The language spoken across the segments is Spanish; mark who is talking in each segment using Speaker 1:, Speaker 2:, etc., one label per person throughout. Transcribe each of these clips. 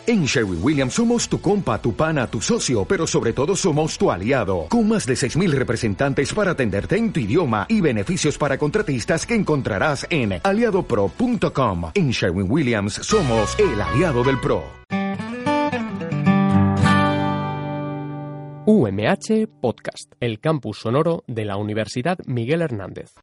Speaker 1: En Sherwin-Williams somos tu compa, tu pana, tu socio, pero sobre todo somos tu aliado, con más de 6,000 representantes para atenderte en tu idioma y beneficios para contratistas que encontrarás en aliadopro.com. En Sherwin-Williams somos el aliado del pro.
Speaker 2: UMH Podcast, el campus sonoro de la Universidad Miguel Hernández.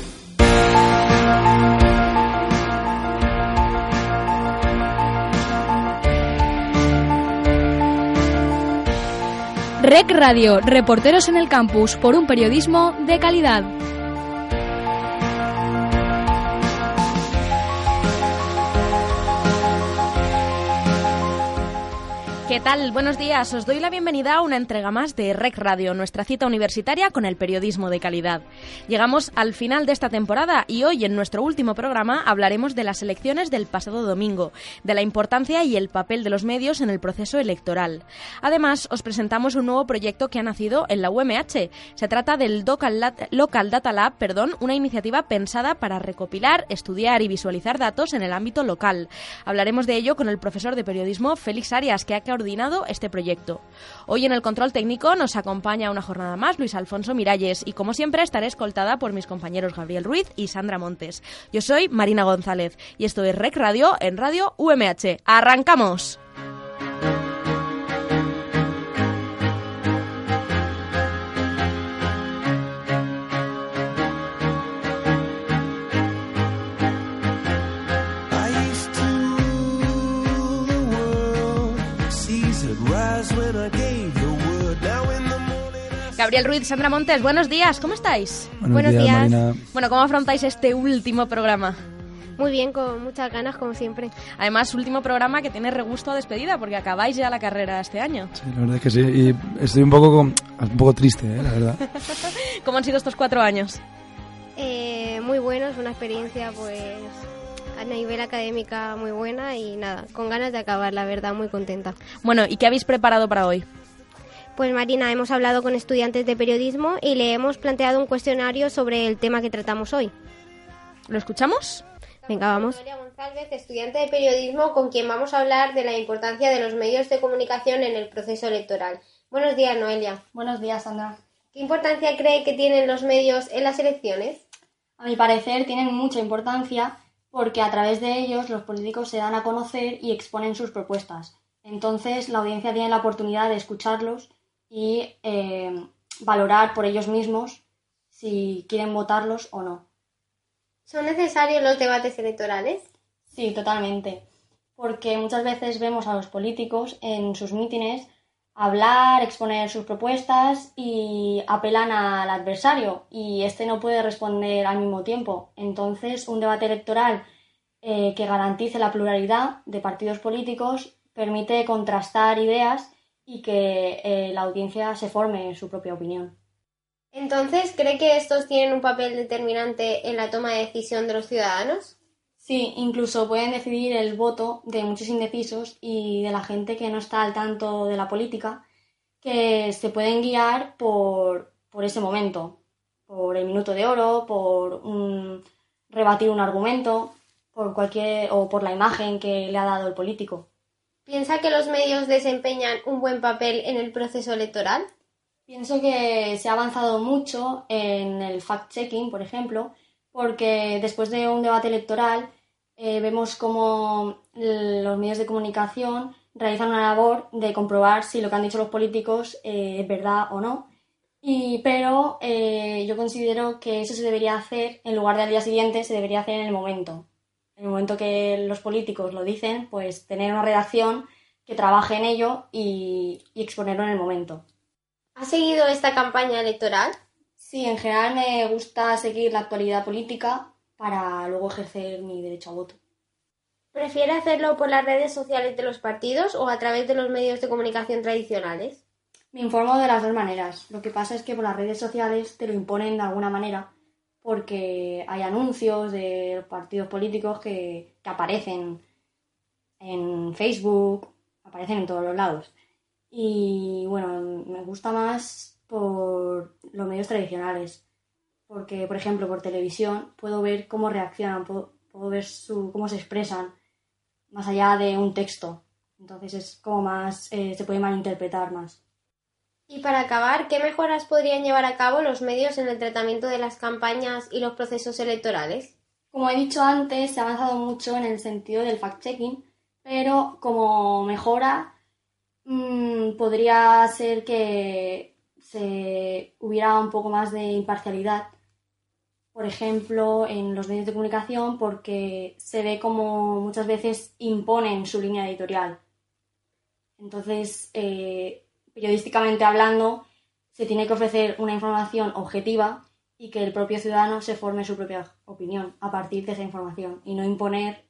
Speaker 3: REC Radio, reporteros en el campus por un periodismo de calidad. ¿Qué tal? Buenos días. Os doy la bienvenida a una entrega más de REC Radio, nuestra cita universitaria con el periodismo de calidad. Llegamos al final de esta temporada y hoy, en nuestro último programa, hablaremos de las elecciones del pasado domingo, de la importancia y el papel de los medios en el proceso electoral. Además, os presentamos un nuevo proyecto que ha nacido en la UMH. Se trata del Local Data Lab, una iniciativa pensada para recopilar, estudiar y visualizar datos en el ámbito local. Hablaremos de ello con el profesor de periodismo Félix Arias, que ha coordinado este proyecto. Hoy en el control técnico nos acompaña una jornada más Luis Alfonso Miralles y como siempre estaré escoltada por mis compañeros Gabriel Ruiz y Sandra Montes. Yo soy Marina González y esto es REC Radio en Radio UMH. ¡Arrancamos! Gabriel Ruiz, Sandra Montes, buenos días, ¿cómo estáis?
Speaker 4: Buenos días. Marina.
Speaker 3: Bueno, ¿cómo afrontáis este último programa?
Speaker 5: Muy bien, con muchas ganas, como siempre.
Speaker 3: Además, último programa que tiene regusto a despedida, porque acabáis ya la carrera este año.
Speaker 4: Sí, la verdad es que sí, y estoy un poco triste, la verdad.
Speaker 3: ¿Cómo han sido estos 4 años?
Speaker 5: Muy buenos, una experiencia, pues, a nivel académica muy buena y nada, con ganas de acabar, la verdad, muy contenta.
Speaker 3: Bueno, ¿y qué habéis preparado para hoy?
Speaker 5: Pues Marina, hemos hablado con estudiantes de periodismo y le hemos planteado un cuestionario sobre el tema que tratamos hoy.
Speaker 3: ¿Lo escuchamos?
Speaker 5: Venga, vamos.
Speaker 6: Noelia González, estudiante de periodismo, con quien vamos a hablar de la importancia de los medios de comunicación en el proceso electoral. Buenos días, Noelia.
Speaker 7: Buenos días, Sandra.
Speaker 6: ¿Qué importancia cree que tienen los medios en las elecciones?
Speaker 7: A mi parecer tienen mucha importancia porque a través de ellos los políticos se dan a conocer y exponen sus propuestas. Entonces la audiencia tiene la oportunidad de escucharlos y valorar por ellos mismos si quieren votarlos o no.
Speaker 6: ¿Son necesarios los debates electorales?
Speaker 7: Sí, totalmente, porque muchas veces vemos a los políticos en sus mítines hablar, exponer sus propuestas y apelan al adversario y este no puede responder al mismo tiempo. Entonces, un debate electoral que garantice la pluralidad de partidos políticos permite contrastar ideas y que la audiencia se forme su propia opinión.
Speaker 6: Entonces, ¿cree que estos tienen un papel determinante en la toma de decisión de los ciudadanos?
Speaker 7: Sí, incluso pueden decidir el voto de muchos indecisos y de la gente que no está al tanto de la política, que se pueden guiar por ese momento, por el minuto de oro, por rebatir un argumento, o por la imagen que le ha dado el político.
Speaker 6: ¿Piensa que los medios desempeñan un buen papel en el proceso electoral?
Speaker 7: Pienso que se ha avanzado mucho en el fact-checking, por ejemplo, porque después de un debate electoral vemos cómo los medios de comunicación realizan una labor de comprobar si lo que han dicho los políticos es verdad o no. Pero yo considero que eso se debería hacer, en lugar del día siguiente, se debería hacer en el momento. En el momento que los políticos lo dicen, pues tener una redacción que trabaje en ello y exponerlo en el momento.
Speaker 6: ¿Ha seguido esta campaña electoral?
Speaker 7: Sí, en general me gusta seguir la actualidad política para luego ejercer mi derecho a voto.
Speaker 6: ¿Prefiere hacerlo por las redes sociales de los partidos o a través de los medios de comunicación tradicionales?
Speaker 7: Me informo de las dos maneras. Lo que pasa es que por las redes sociales te lo imponen de alguna manera porque hay anuncios de partidos políticos que aparecen en Facebook, aparecen en todos los lados. Y bueno, me gusta más por los medios tradicionales, porque por ejemplo por televisión puedo ver cómo reaccionan, puedo ver cómo se expresan, más allá de un texto. Entonces es como más, se puede malinterpretar más.
Speaker 6: Y para acabar, ¿qué mejoras podrían llevar a cabo los medios en el tratamiento de las campañas y los procesos electorales?
Speaker 7: Como he dicho antes, se ha avanzado mucho en el sentido del fact-checking, pero como mejora podría ser que se hubiera un poco más de imparcialidad, por ejemplo, en los medios de comunicación, porque se ve como muchas veces imponen su línea editorial. Entonces, periodísticamente hablando, se tiene que ofrecer una información objetiva y que el propio ciudadano se forme su propia opinión a partir de esa información y no imponer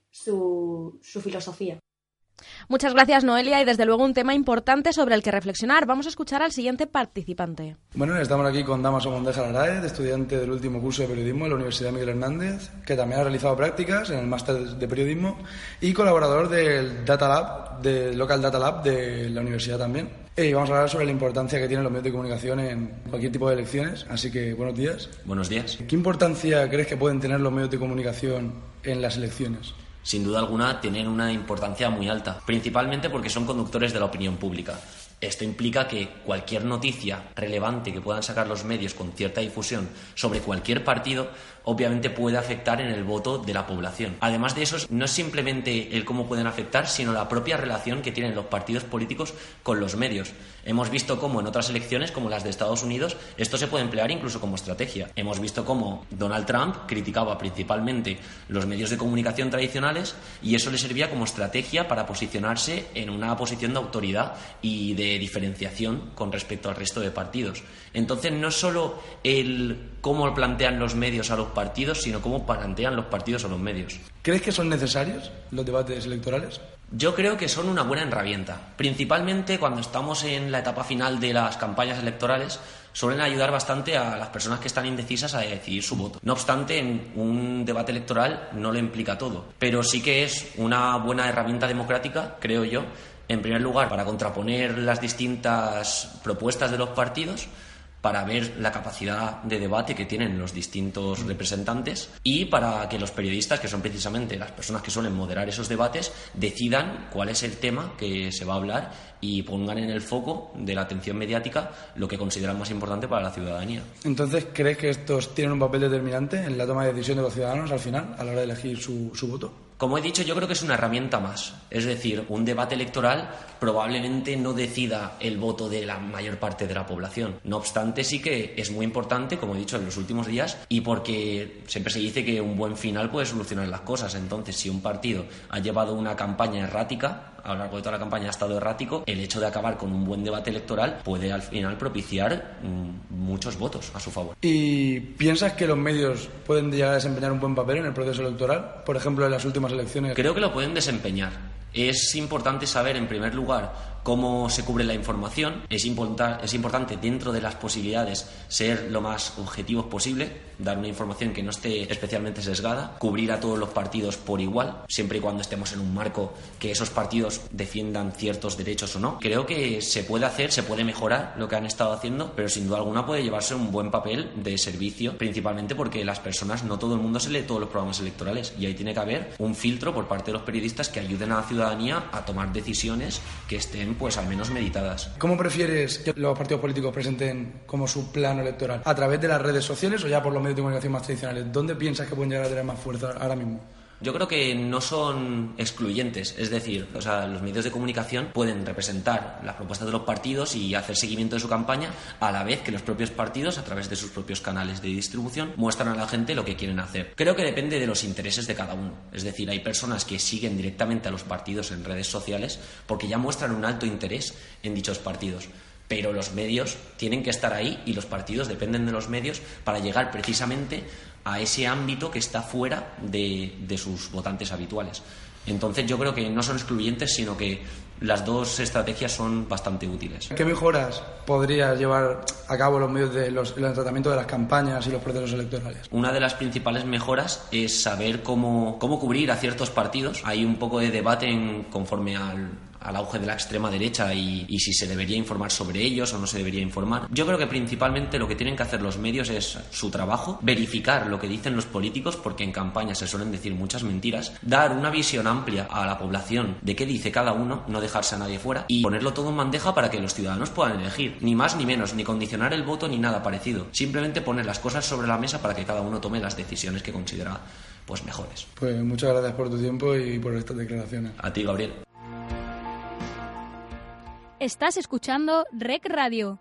Speaker 7: su filosofía.
Speaker 3: Muchas gracias, Noelia, y desde luego un tema importante sobre el que reflexionar. Vamos a escuchar al siguiente participante.
Speaker 4: Bueno, estamos aquí con Damaso Mondeja Laraez, estudiante del último curso de periodismo en la Universidad Miguel Hernández, que también ha realizado prácticas en el máster de periodismo y colaborador del Data Lab, del Local Data Lab de la universidad también. Y vamos a hablar sobre la importancia que tienen los medios de comunicación en cualquier tipo de elecciones, así que buenos días.
Speaker 8: Buenos días.
Speaker 4: ¿Qué importancia crees que pueden tener los medios de comunicación en las elecciones?
Speaker 8: Sin duda alguna tienen una importancia muy alta, principalmente porque son conductores de la opinión pública. Esto implica que cualquier noticia relevante que puedan sacar los medios con cierta difusión sobre cualquier partido, obviamente puede afectar en el voto de la población. Además de eso, no es simplemente el cómo pueden afectar, sino la propia relación que tienen los partidos políticos con los medios. Hemos visto cómo en otras elecciones, como las de Estados Unidos, esto se puede emplear incluso como estrategia. Hemos visto cómo Donald Trump criticaba principalmente los medios de comunicación tradicionales y eso le servía como estrategia para posicionarse en una posición de autoridad y de diferenciación con respecto al resto de partidos. Entonces, no es solo el cómo plantean los medios a los partidos, sino cómo plantean los partidos a los medios.
Speaker 4: ¿Crees que son necesarios los debates electorales?
Speaker 8: Yo creo que son una buena herramienta, principalmente cuando estamos en la etapa final de las campañas electorales. Suelen ayudar bastante a las personas que están indecisas a decidir su voto. No obstante, en un debate electoral no lo implica todo, pero sí que es una buena herramienta democrática, creo yo, en primer lugar para contraponer las distintas propuestas de los partidos, para ver la capacidad de debate que tienen los distintos representantes y para que los periodistas, que son precisamente las personas que suelen moderar esos debates, decidan cuál es el tema que se va a hablar y pongan en el foco de la atención mediática lo que consideran más importante para la ciudadanía.
Speaker 4: Entonces, ¿crees que estos tienen un papel determinante en la toma de decisión de los ciudadanos al final, a la hora de elegir su voto?
Speaker 8: Como he dicho, yo creo que es una herramienta más. Es decir, un debate electoral probablemente no decida el voto de la mayor parte de la población. No obstante, sí que es muy importante, como he dicho en los últimos días, y porque siempre se dice que un buen final puede solucionar las cosas. Entonces, si un partido ha llevado una campaña errática, a lo largo de toda la campaña ha estado errático, el hecho de acabar con un buen debate electoral puede al final propiciar muchos votos a su favor.
Speaker 4: ¿Y piensas que los medios pueden llegar a desempeñar un buen papel en el proceso electoral? Por ejemplo, en las últimas elecciones.
Speaker 8: Creo que lo pueden desempeñar. Es importante saber, en primer lugar, cómo se cubre la información. Es importante, dentro de las posibilidades, ser lo más objetivos posible, dar una información que no esté especialmente sesgada, cubrir a todos los partidos por igual, siempre y cuando estemos en un marco que esos partidos defiendan ciertos derechos o no. Creo que se puede hacer, se puede mejorar lo que han estado haciendo, pero sin duda alguna puede llevarse un buen papel de servicio, principalmente porque las personas, no todo el mundo se lee todos los programas electorales y ahí tiene que haber un filtro por parte de los periodistas que ayuden a la ciudadanía a tomar decisiones que estén pues al menos meditadas.
Speaker 4: ¿Cómo prefieres que los partidos políticos presenten como su plano electoral? ¿A través de las redes sociales o ya por los medios de comunicación más tradicionales? ¿Dónde piensas que pueden llegar a tener más fuerza ahora mismo?
Speaker 8: Yo creo que no son excluyentes, es decir, los medios de comunicación pueden representar las propuestas de los partidos y hacer seguimiento de su campaña a la vez que los propios partidos, a través de sus propios canales de distribución, muestran a la gente lo que quieren hacer. Creo que depende de los intereses de cada uno, es decir, hay personas que siguen directamente a los partidos en redes sociales porque ya muestran un alto interés en dichos partidos. Pero los medios tienen que estar ahí y los partidos dependen de los medios para llegar precisamente a ese ámbito que está fuera de sus votantes habituales. Entonces yo creo que no son excluyentes, sino que las dos estrategias son bastante útiles.
Speaker 4: ¿Qué mejoras podría llevar a cabo los medios en el tratamiento de las campañas y los procesos electorales?
Speaker 8: Una de las principales mejoras es saber cómo cubrir a ciertos partidos. Hay un poco de debate conforme al al auge de la extrema derecha y si se debería informar sobre ellos o no se debería informar. Yo creo que principalmente lo que tienen que hacer los medios es su trabajo, verificar lo que dicen los políticos, porque en campaña se suelen decir muchas mentiras, dar una visión amplia a la población de qué dice cada uno, no dejarse a nadie fuera y ponerlo todo en bandeja para que los ciudadanos puedan elegir, ni más ni menos, ni condicionar el voto ni nada parecido, simplemente poner las cosas sobre la mesa para que cada uno tome las decisiones que considera pues mejores.
Speaker 4: Pues muchas gracias por tu tiempo y por estas declaraciones.
Speaker 8: A ti, Gabriel.
Speaker 9: Estás escuchando REC Radio.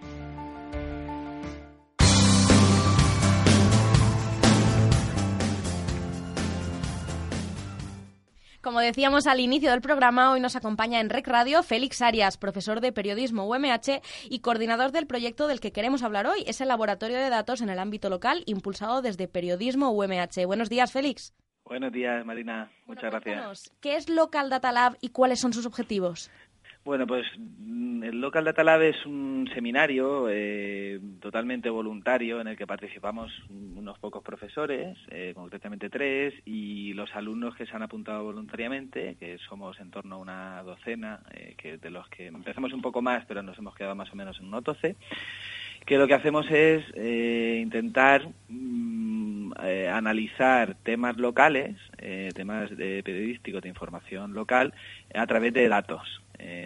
Speaker 3: Como decíamos al inicio del programa, hoy nos acompaña en REC Radio Félix Arias, profesor de Periodismo UMH y coordinador del proyecto del que queremos hablar hoy, es el Laboratorio de Datos en el ámbito local, impulsado desde Periodismo UMH. Buenos días, Félix.
Speaker 10: Buenos días, Marina. Muchas gracias.
Speaker 3: ¿Qué es Local Data Lab y cuáles son sus objetivos?
Speaker 10: Bueno, pues el Local Data Lab es un seminario totalmente voluntario en el que participamos unos pocos profesores, concretamente 3, y los alumnos que se han apuntado voluntariamente, que somos en torno a una docena, que de los que empezamos un poco más, pero nos hemos quedado más o menos en unos 12, que lo que hacemos es intentar analizar temas locales, temas periodísticos de información local, a través de datos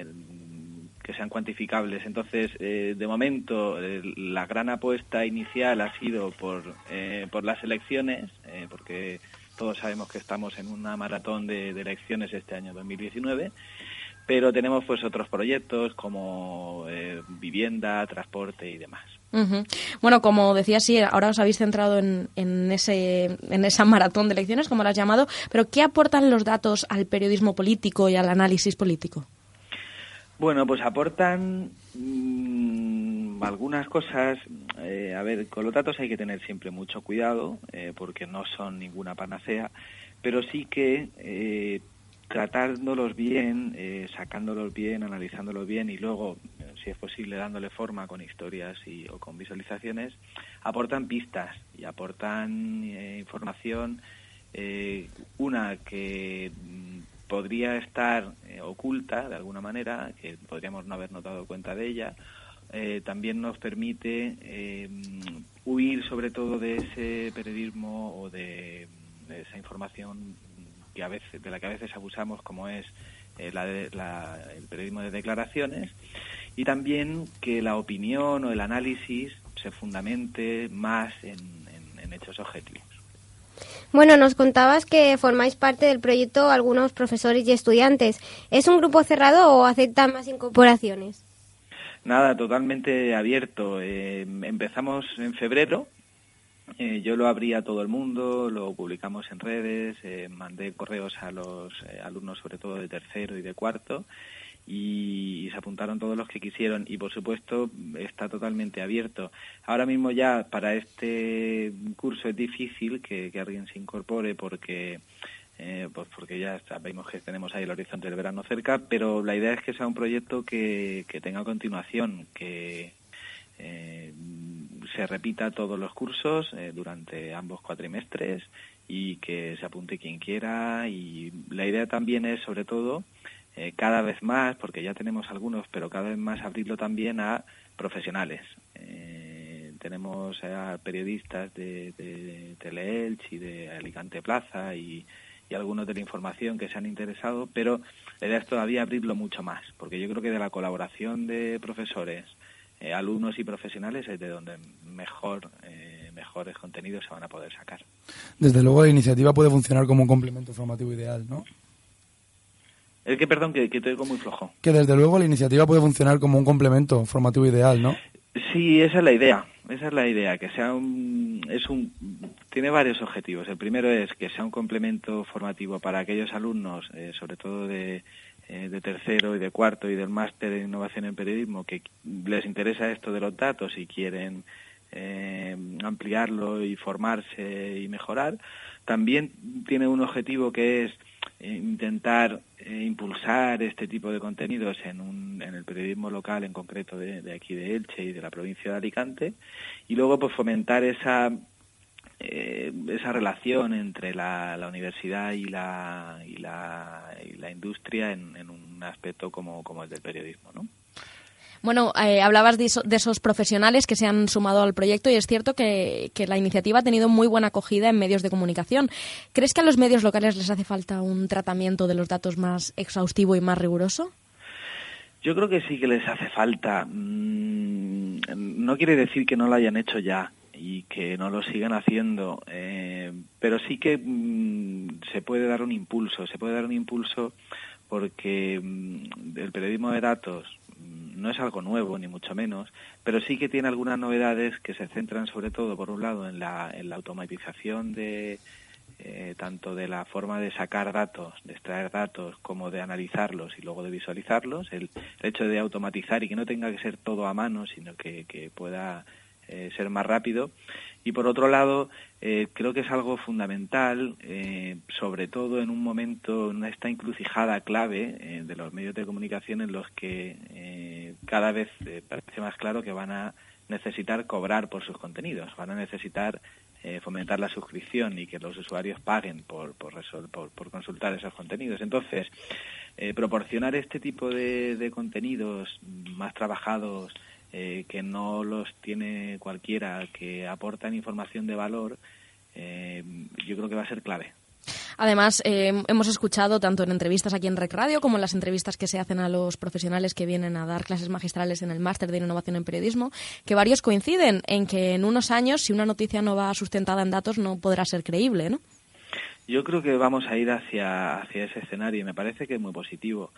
Speaker 10: que sean cuantificables. Entonces, de momento, la gran apuesta inicial ha sido por las elecciones, porque todos sabemos que estamos en una maratón de elecciones este año 2019, pero tenemos pues otros proyectos como vivienda, transporte y demás.
Speaker 3: Uh-huh. Bueno, como decía, sí, ahora os habéis centrado en esa maratón de elecciones, como lo has llamado, pero ¿qué aportan los datos al periodismo político y al análisis político?
Speaker 10: Bueno, pues aportan algunas cosas. A ver, con los datos hay que tener siempre mucho cuidado, porque no son ninguna panacea, pero sí que tratándolos bien, sacándolos bien, analizándolos bien y luego, si es posible, dándole forma con historias o con visualizaciones, aportan pistas y aportan información, una que podría estar oculta de alguna manera, que podríamos no haber notado cuenta de ella. También nos permite huir sobre todo de ese periodismo o de esa información de la que a veces abusamos, como es el periodismo de declaraciones, y también que la opinión o el análisis se fundamente más en hechos objetivos.
Speaker 5: Bueno, nos contabas que formáis parte del proyecto algunos profesores y estudiantes. ¿Es un grupo cerrado o aceptan más incorporaciones?
Speaker 10: Nada, totalmente abierto. Empezamos en febrero. Yo lo abrí a todo el mundo, lo publicamos en redes, mandé correos a los alumnos, sobre todo de tercero y de cuarto, y se apuntaron todos los que quisieron, y por supuesto está totalmente abierto. Ahora mismo ya para este curso es difícil que alguien se incorpore porque ya sabemos que tenemos ahí el horizonte del verano cerca, pero la idea es que sea un proyecto que tenga continuación, que se repita todos los cursos durante ambos cuatrimestres y que se apunte quien quiera. Y la idea también es, sobre todo, cada vez más, porque ya tenemos algunos, pero cada vez más abrirlo también a profesionales. Tenemos a periodistas de Teleelch y de Alicante Plaza y algunos de la información que se han interesado, pero la idea es todavía abrirlo mucho más, porque yo creo que de la colaboración de profesores, alumnos y profesionales es de donde mejores contenidos se van a poder sacar.
Speaker 4: Desde luego la iniciativa puede funcionar como un complemento formativo ideal, ¿no?
Speaker 10: Es que, perdón, que te oigo muy flojo.
Speaker 4: Que desde luego la iniciativa puede funcionar como un complemento formativo ideal, ¿no?
Speaker 10: Sí, esa es la idea, que sea tiene varios objetivos. El primero es que sea un complemento formativo para aquellos alumnos, sobre todo de tercero y de cuarto y del máster en innovación en periodismo, que les interesa esto de los datos y quieren ampliarlo y formarse y mejorar. También tiene un objetivo que es intentar impulsar este tipo de contenidos en el periodismo local, en concreto de aquí de Elche y de la provincia de Alicante, y luego pues fomentar esa relación entre la universidad y la industria en un un aspecto como el del periodismo, ¿no?
Speaker 3: Bueno, hablabas de esos profesionales que se han sumado al proyecto y es cierto que la iniciativa ha tenido muy buena acogida en medios de comunicación. ¿Crees que a los medios locales les hace falta un tratamiento de los datos más exhaustivo y más riguroso?
Speaker 10: Yo creo que sí que les hace falta. No quiere decir que no lo hayan hecho ya y que no lo sigan haciendo, pero sí que se puede dar un impulso. Porque el periodismo de datos no es algo nuevo, ni mucho menos, pero sí que tiene algunas novedades que se centran sobre todo, por un lado, en la automatización de tanto de la forma de sacar datos, de extraer datos, como de analizarlos y luego de visualizarlos, el hecho de automatizar y que no tenga que ser todo a mano, sino que pueda ser más rápido. Y por otro lado, creo que es algo fundamental, sobre todo en un momento, en esta encrucijada clave de los medios de comunicación en los que cada vez parece más claro que van a necesitar cobrar por sus contenidos, van a necesitar fomentar la suscripción y que los usuarios paguen por consultar esos contenidos. Entonces, proporcionar este tipo de contenidos más trabajados, que no los tiene cualquiera, que aportan información de valor, yo creo que va a ser clave.
Speaker 3: Además, hemos escuchado tanto en entrevistas aquí en Rec Radio como en las entrevistas que se hacen a los profesionales que vienen a dar clases magistrales en el Máster de Innovación en Periodismo, que varios coinciden en que en unos años, si una noticia no va sustentada en datos, no podrá ser creíble, ¿no?
Speaker 10: Yo creo que vamos a ir hacia ese escenario y me parece que es muy positivo.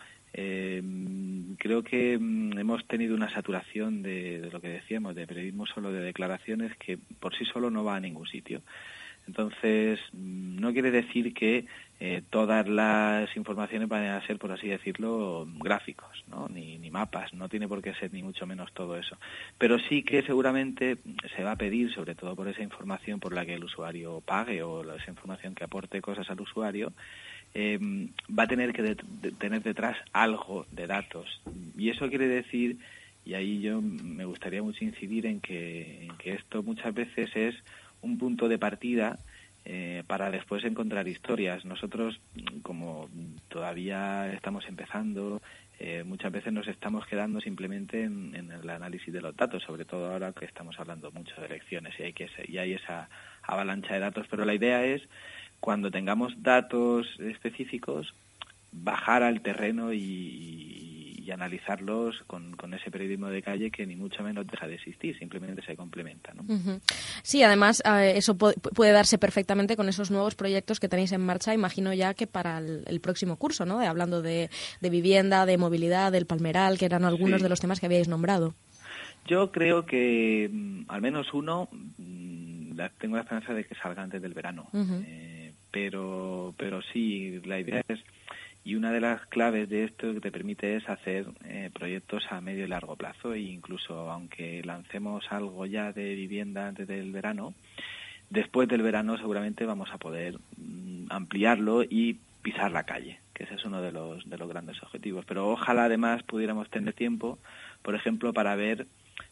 Speaker 10: Creo que hemos tenido una saturación de lo que decíamos, de periodismo solo de declaraciones, que por sí solo no va a ningún sitio. Entonces, no quiere decir que todas las informaciones van a ser, por así decirlo, gráficos, ¿no? Ni mapas, no tiene por qué ser ni mucho menos todo eso. Pero sí que seguramente se va a pedir, sobre todo por esa información por la que el usuario pague o esa información que aporte cosas al usuario, va a tener que tener detrás algo de datos. Y eso quiere decir, y ahí yo me gustaría mucho incidir en que esto muchas veces es un punto de partida para después encontrar historias. Nosotros, como todavía estamos empezando, muchas veces nos estamos quedando simplemente en el análisis de los datos, sobre todo ahora que estamos hablando mucho de elecciones y hay esa avalancha de datos, pero la idea es, cuando tengamos datos específicos, bajar al terreno y analizarlos con ese periodismo de calle que ni mucho menos deja de existir, simplemente se complementa, ¿no?
Speaker 3: Uh-huh. Sí, además eso puede darse perfectamente con esos nuevos proyectos que tenéis en marcha, imagino ya que para el próximo curso, ¿no? Hablando de vivienda, de movilidad, del palmeral, que eran algunos de los temas que habíais nombrado.
Speaker 10: Yo creo que al menos uno, tengo la esperanza de que salga antes del verano.
Speaker 3: Uh-huh.
Speaker 10: Pero sí, la idea es, y una de las claves de esto que te permite es hacer proyectos a medio y largo plazo, e incluso aunque lancemos algo ya de vivienda antes del verano, después del verano seguramente vamos a poder ampliarlo y pisar la calle, que ese es uno de los grandes objetivos. Pero ojalá además pudiéramos tener tiempo, por ejemplo, para ver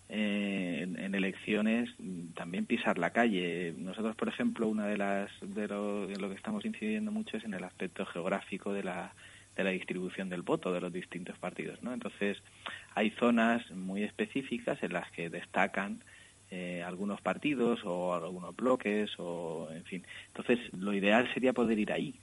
Speaker 10: en elecciones también pisar la calle. Nosotros, por ejemplo, una de lo que estamos incidiendo mucho es en el aspecto geográfico de la distribución del voto de los distintos partidos, ¿no? Entonces, hay zonas muy específicas en las que destacan algunos partidos o algunos bloques, o en fin. Entonces, lo ideal sería poder ir ahí.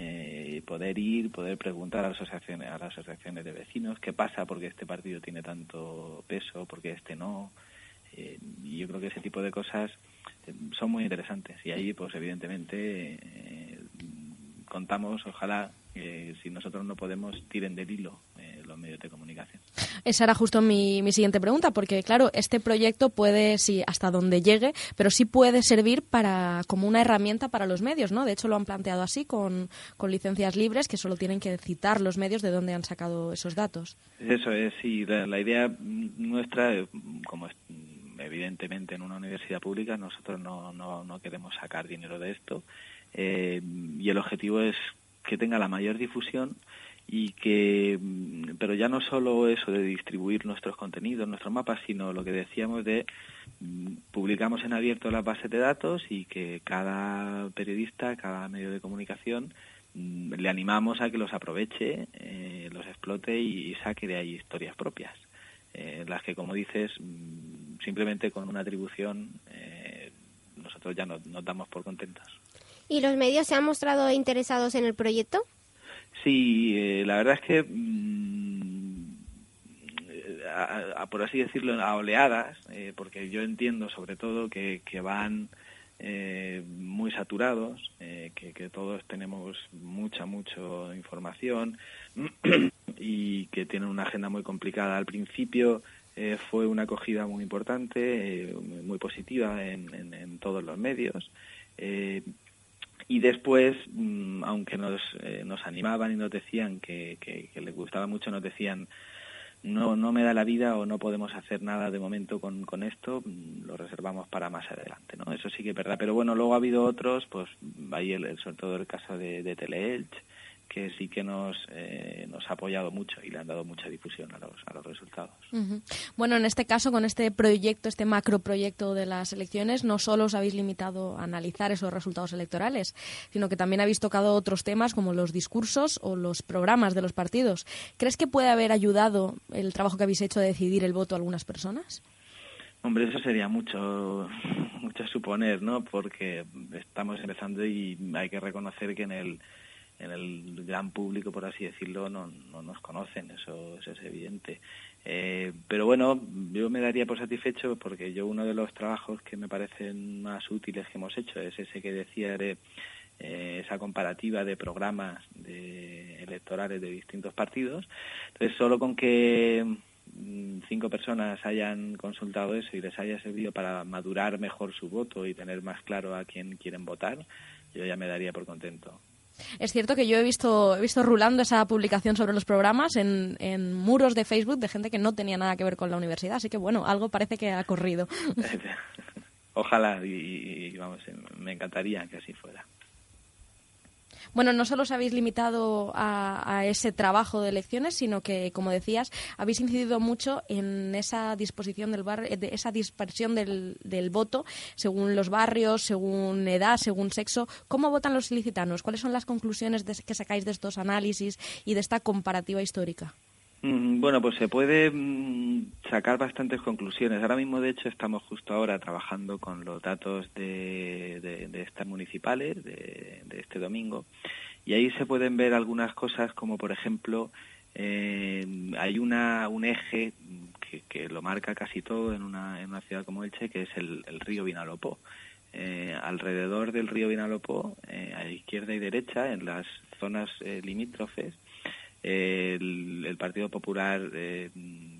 Speaker 10: Poder preguntar a las asociaciones de vecinos qué pasa, porque este partido tiene tanto peso, porque este no, y yo creo que ese tipo de cosas son muy interesantes, y ahí pues evidentemente contamos, ojalá, si nosotros no podemos, tiren del hilo los medios de comunicación.
Speaker 3: Esa era justo mi siguiente pregunta, porque claro, este proyecto puede, sí, hasta donde llegue, pero sí puede servir como una herramienta para los medios, ¿no? De hecho, lo han planteado así, con licencias libres, que solo tienen que citar los medios de dónde han sacado esos datos.
Speaker 10: Eso es, sí. La idea nuestra, como evidentemente en una universidad pública, nosotros no queremos sacar dinero de esto, y el objetivo es que tenga la mayor difusión, pero ya no solo eso de distribuir nuestros contenidos, nuestros mapas, sino lo que decíamos de publicamos en abierto las bases de datos y que cada periodista, cada medio de comunicación le animamos a que los aproveche, los explote y saque de ahí historias propias. Las que, como dices, simplemente con una atribución nosotros ya nos damos por contentos.
Speaker 5: ¿Y los medios se han mostrado interesados en el proyecto?
Speaker 10: Sí, la verdad es que, por así decirlo, a oleadas, porque yo entiendo sobre todo que van muy saturados, que todos tenemos mucha información y que tienen una agenda muy complicada. Al principio fue una acogida muy importante, muy positiva en todos los medios, y después, aunque nos animaban y nos decían que les gustaba mucho, nos decían no me da la vida o no podemos hacer nada de momento con esto, lo reservamos para más adelante, ¿no? Eso sí que es verdad. Pero bueno, luego ha habido otros, pues ahí sobre todo el caso de Teleelch, que sí que nos ha apoyado mucho y le han dado mucha difusión a los resultados.
Speaker 3: Uh-huh. Bueno, en este caso, con este proyecto, este macroproyecto de las elecciones, no solo os habéis limitado a analizar esos resultados electorales, sino que también habéis tocado otros temas como los discursos o los programas de los partidos. ¿Crees que puede haber ayudado el trabajo que habéis hecho de decidir el voto a algunas personas?
Speaker 10: Hombre, eso sería mucho suponer, ¿no? Porque estamos empezando y hay que reconocer que en el gran público, por así decirlo, no nos conocen, eso es evidente. Pero bueno, yo me daría por satisfecho porque uno de los trabajos que me parecen más útiles que hemos hecho es ese que decía de esa comparativa de programas electorales de distintos partidos. Entonces, solo con que 5 personas hayan consultado eso y les haya servido para madurar mejor su voto y tener más claro a quién quieren votar, yo ya me daría por contento.
Speaker 3: Es cierto que yo he visto rulando esa publicación sobre los programas en muros de Facebook de gente que no tenía nada que ver con la universidad, así que bueno, algo parece que ha corrido.
Speaker 10: Ojalá y vamos, me encantaría que así fuera.
Speaker 3: Bueno, no solo os habéis limitado a ese trabajo de elecciones, sino que, como decías, habéis incidido mucho en esa disposición de esa dispersión del voto según los barrios, según edad, según sexo. ¿Cómo votan los ilicitanos? ¿Cuáles son las conclusiones que sacáis de estos análisis y de esta comparativa histórica?
Speaker 10: Bueno, pues se puede sacar bastantes conclusiones. Ahora mismo, de hecho, estamos justo ahora trabajando con los datos de estas municipales de este domingo, y ahí se pueden ver algunas cosas como, por ejemplo, hay un eje que lo marca casi todo en una ciudad como Elche, que es el río Vinalopó. Alrededor del río Vinalopó, a izquierda y derecha, en las zonas limítrofes, el Partido Popular es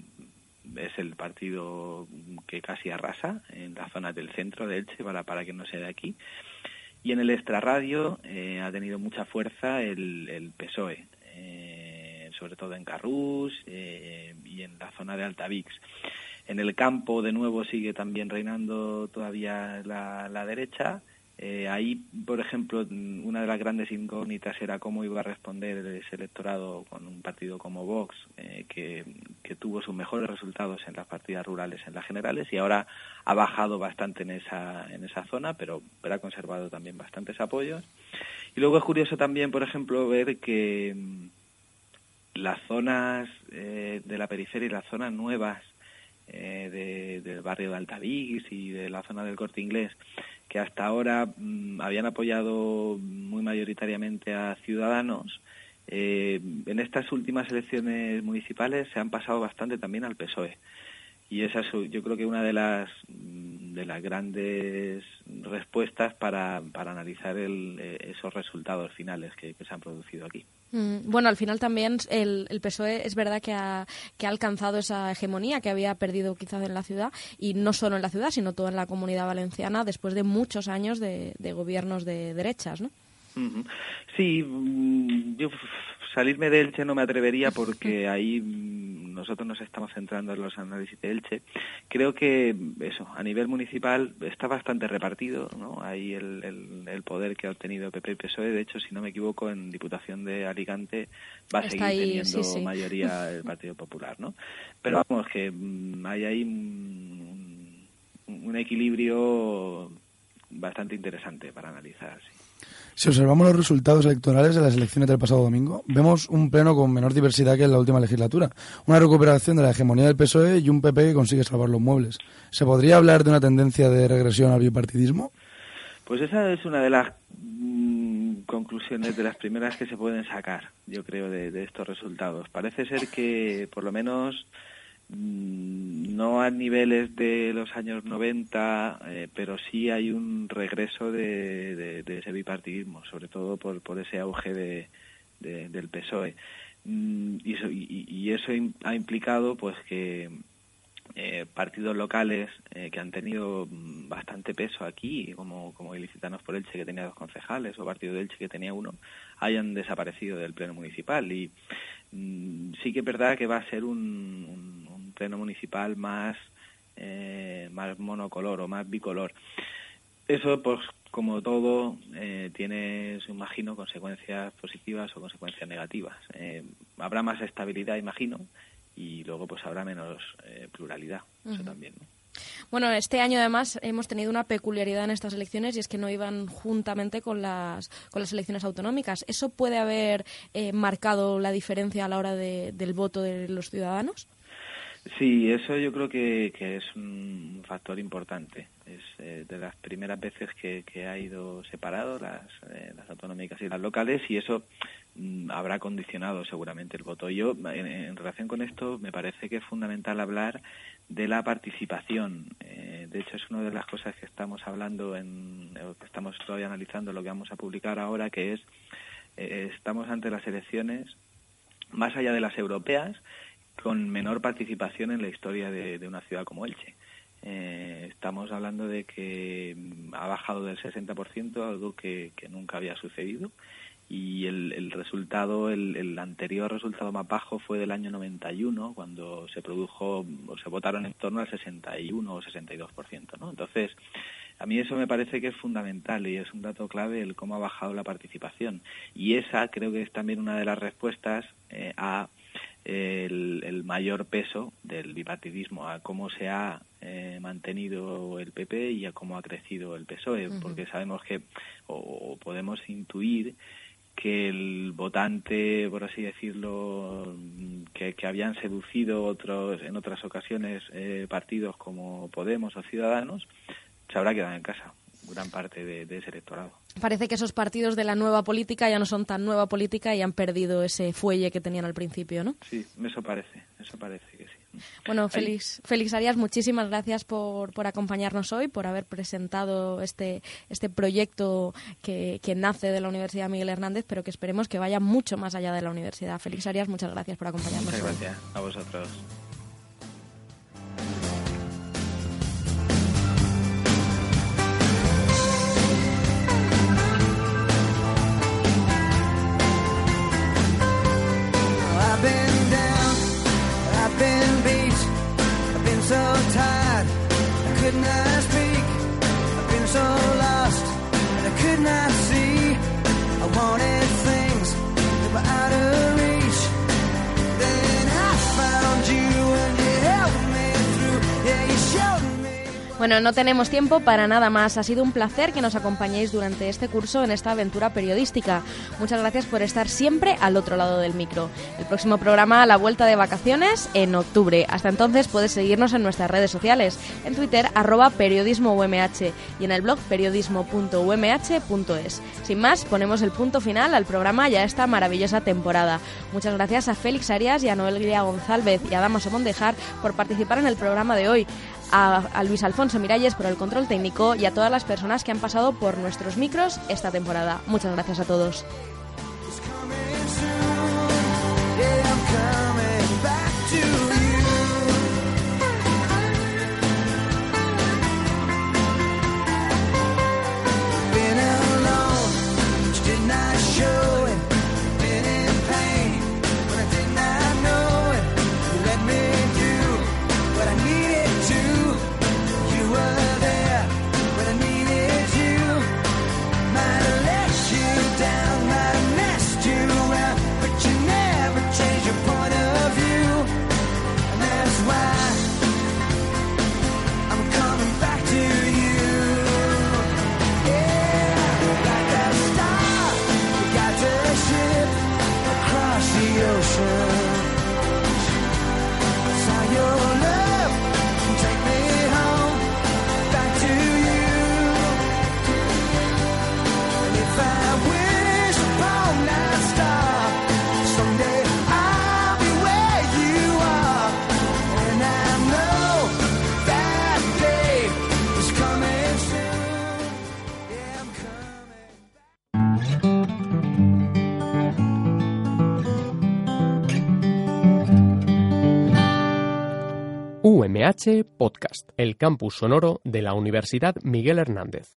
Speaker 10: el partido que casi arrasa en la zona del centro de Elche, para que no sea de aquí. Y en el extrarradio ha tenido mucha fuerza el PSOE, sobre todo en Carrús y en la zona de Altavix. En el campo, de nuevo, sigue también reinando todavía la derecha. Ahí, por ejemplo, una de las grandes incógnitas era cómo iba a responder ese electorado con un partido como Vox, que tuvo sus mejores resultados en las partidas rurales, en las generales, y ahora ha bajado bastante en esa zona, pero ha conservado también bastantes apoyos. Y luego es curioso también, por ejemplo, ver que las zonas de la periferia y las zonas nuevas del barrio de Altavix y de la zona del Corte Inglés, que hasta ahora habían apoyado muy mayoritariamente a Ciudadanos, en estas últimas elecciones municipales se han pasado bastante también al PSOE. Y esa es, yo creo que una de las grandes respuestas para analizar esos resultados finales que se han producido aquí.
Speaker 3: Bueno, al final también el PSOE es verdad que ha alcanzado esa hegemonía que había perdido quizás en la ciudad, y no solo en la ciudad, sino toda en la Comunidad Valenciana, después de muchos años de gobiernos de derechas, ¿no?
Speaker 10: Sí, yo salirme de Elche no me atrevería porque ahí nosotros nos estamos centrando en los análisis de Elche. Creo que eso, a nivel municipal está bastante repartido, ¿no? Ahí el poder que ha obtenido PP y PSOE. De hecho, si no me equivoco, en Diputación de Alicante va a seguir teniendo mayoría el Partido Popular, ¿no? Pero vamos, que hay ahí un equilibrio bastante interesante para analizar, sí.
Speaker 4: Si observamos los resultados electorales de las elecciones del pasado domingo, vemos un pleno con menor diversidad que en la última legislatura, una recuperación de la hegemonía del PSOE y un PP que consigue salvar los muebles. ¿Se podría hablar de una tendencia de regresión al bipartidismo?
Speaker 10: Pues esa es una de las conclusiones, de las primeras que se pueden sacar, yo creo, de estos resultados. Parece ser que, por lo menos, no a niveles de los años 90, pero sí hay un regreso de ese bipartidismo, sobre todo por ese auge del PSOE. Y eso ha implicado pues que partidos locales que han tenido bastante peso aquí, como Ilicitanos por Elche, que tenía 2 concejales, o Partido de Elche, que tenía 1, hayan desaparecido del pleno municipal. Y sí que es verdad que va a ser un pleno municipal más monocolor o más bicolor. Eso, pues, como todo, tiene, imagino, consecuencias positivas o consecuencias negativas. Habrá más estabilidad, imagino, y luego pues habrá menos pluralidad, eso también, ¿no?
Speaker 3: Bueno, este año además hemos tenido una peculiaridad en estas elecciones y es que no iban juntamente con las elecciones autonómicas. ¿Eso puede haber marcado la diferencia a la hora del voto de los ciudadanos?
Speaker 10: Sí, eso yo creo que es un factor importante. Es de las primeras veces que ha ido separado las autonómicas y las locales, y eso habrá condicionado seguramente el voto. Yo, en relación con esto, me parece que es fundamental hablar de la participación. De hecho, es una de las cosas que estamos hablando, que estamos todavía analizando, lo que vamos a publicar ahora, que es estamos ante las elecciones, más allá de las europeas, con menor participación en la historia de una ciudad como Elche. Estamos hablando de que ha bajado del 60%, algo que nunca había sucedido, y el resultado, el anterior resultado más bajo fue del año 91, cuando se produjo o se votaron en torno al 61 o 62%, ¿no? Entonces, a mí eso me parece que es fundamental y es un dato clave el cómo ha bajado la participación, y esa creo que es también una de las respuestas a el mayor peso del bipartidismo, a cómo se ha mantenido el PP y a cómo ha crecido el PSOE, porque sabemos que, o podemos intuir que el votante, por así decirlo, que habían seducido en otras ocasiones partidos como Podemos o Ciudadanos, se habrá quedado en casa gran parte de ese electorado.
Speaker 3: Parece que esos partidos de la nueva política ya no son tan nueva política y han perdido ese fuelle que tenían al principio, ¿no?
Speaker 10: Sí, eso parece que sí.
Speaker 3: Bueno, Félix Arias, muchísimas gracias por acompañarnos hoy, por haber presentado este proyecto que nace de la Universidad Miguel Hernández, pero que esperemos que vaya mucho más allá de la universidad. Félix Arias, muchas gracias por acompañarnos hoy.
Speaker 10: Muchas gracias a vosotros.
Speaker 11: So tired, I could not speak. I've been so lost that I could not see. I wanted things that were out of reach. Then I found you and you helped me through. Yeah, you showed me.
Speaker 3: Bueno, no tenemos tiempo para nada más. Ha sido un placer que nos acompañéis durante este curso en esta aventura periodística. Muchas gracias por estar siempre al otro lado del micro. El próximo programa a la vuelta de vacaciones en octubre. Hasta entonces puedes seguirnos en nuestras redes sociales, en Twitter @periodismoumh y en el blog periodismo.umh.es. Sin más, ponemos el punto final al programa y a esta maravillosa temporada. Muchas gracias a Félix Arias y a Noelia González y a Damaso Mondejar por participar en el programa de hoy. A Luis Alfonso Miralles por el control técnico y a todas las personas que han pasado por nuestros micros esta temporada. Muchas gracias a todos.
Speaker 11: Might have let you down,
Speaker 2: UMH Podcast, el campus sonoro de la Universidad Miguel Hernández.